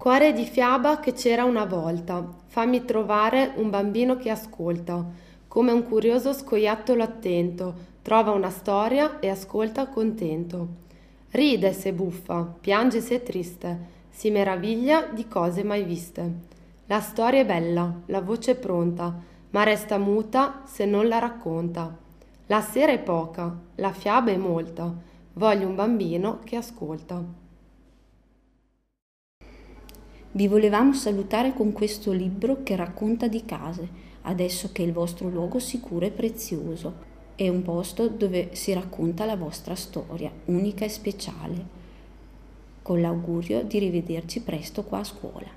Cuore di fiaba che c'era una volta, fammi trovare un bambino che ascolta, come un curioso scoiattolo attento, trova una storia e ascolta contento. Ride se buffa, piange se triste, si meraviglia di cose mai viste. La storia è bella, la voce è pronta, ma resta muta se non la racconta. La sera è poca, la fiaba è molta, voglio un bambino che ascolta. Vi volevamo salutare con questo libro che racconta di case, adesso che il vostro luogo sicuro e prezioso. È un posto dove si racconta la vostra storia, unica e speciale, con l'augurio di rivederci presto qua a scuola.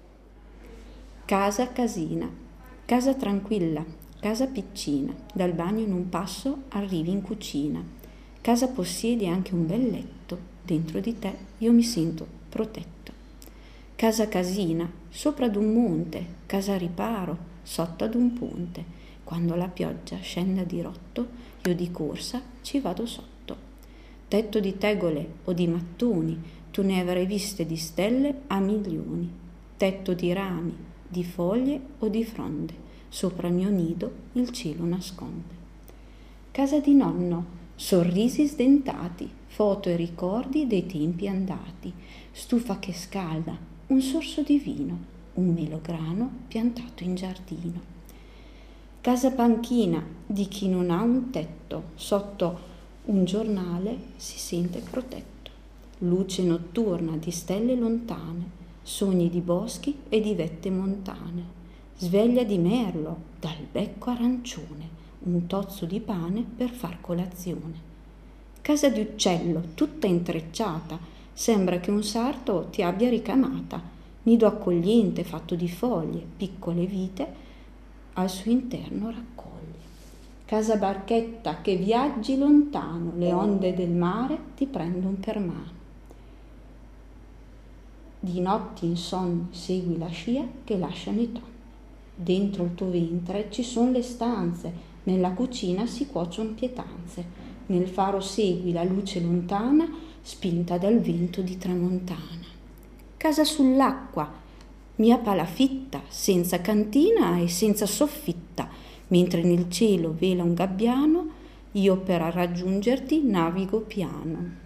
Casa casina, casa tranquilla, casa piccina, dal bagno in un passo arrivi in cucina. Casa possiedi anche un bel letto, dentro di te io mi sento protetto. Casa casina, sopra ad un monte, casa riparo, sotto ad un ponte. Quando la pioggia scende a dirotto, io di corsa ci vado sotto. Tetto di tegole o di mattoni, tu ne avrai viste di stelle a milioni. Tetto di rami, di foglie o di fronde, sopra il mio nido il cielo nasconde. Casa di nonno, sorrisi sdentati, foto e ricordi dei tempi andati, stufa che scalda, un sorso di vino, un melograno piantato in giardino. Casa panchina di chi non ha un tetto, sotto un giornale si sente protetto. Luce notturna di stelle lontane, sogni di boschi e di vette montane. Sveglia di merlo dal becco arancione, un tozzo di pane per far colazione. Casa di uccello tutta intrecciata, sembra che un sarto ti abbia ricamata, nido accogliente fatto di foglie, piccole vite, al suo interno raccoglie. Casa barchetta che viaggi lontano, le onde del mare ti prendono per mano. Di notti insonni segui la scia che lasciano i tonni. Dentro il tuo ventre ci sono le stanze, nella cucina si cuociono pietanze, nel faro segui la luce lontana spinta dal vento di tramontana. Casa sull'acqua, mia palafitta, senza cantina e senza soffitta, mentre nel cielo vela un gabbiano, io per raggiungerti navigo piano.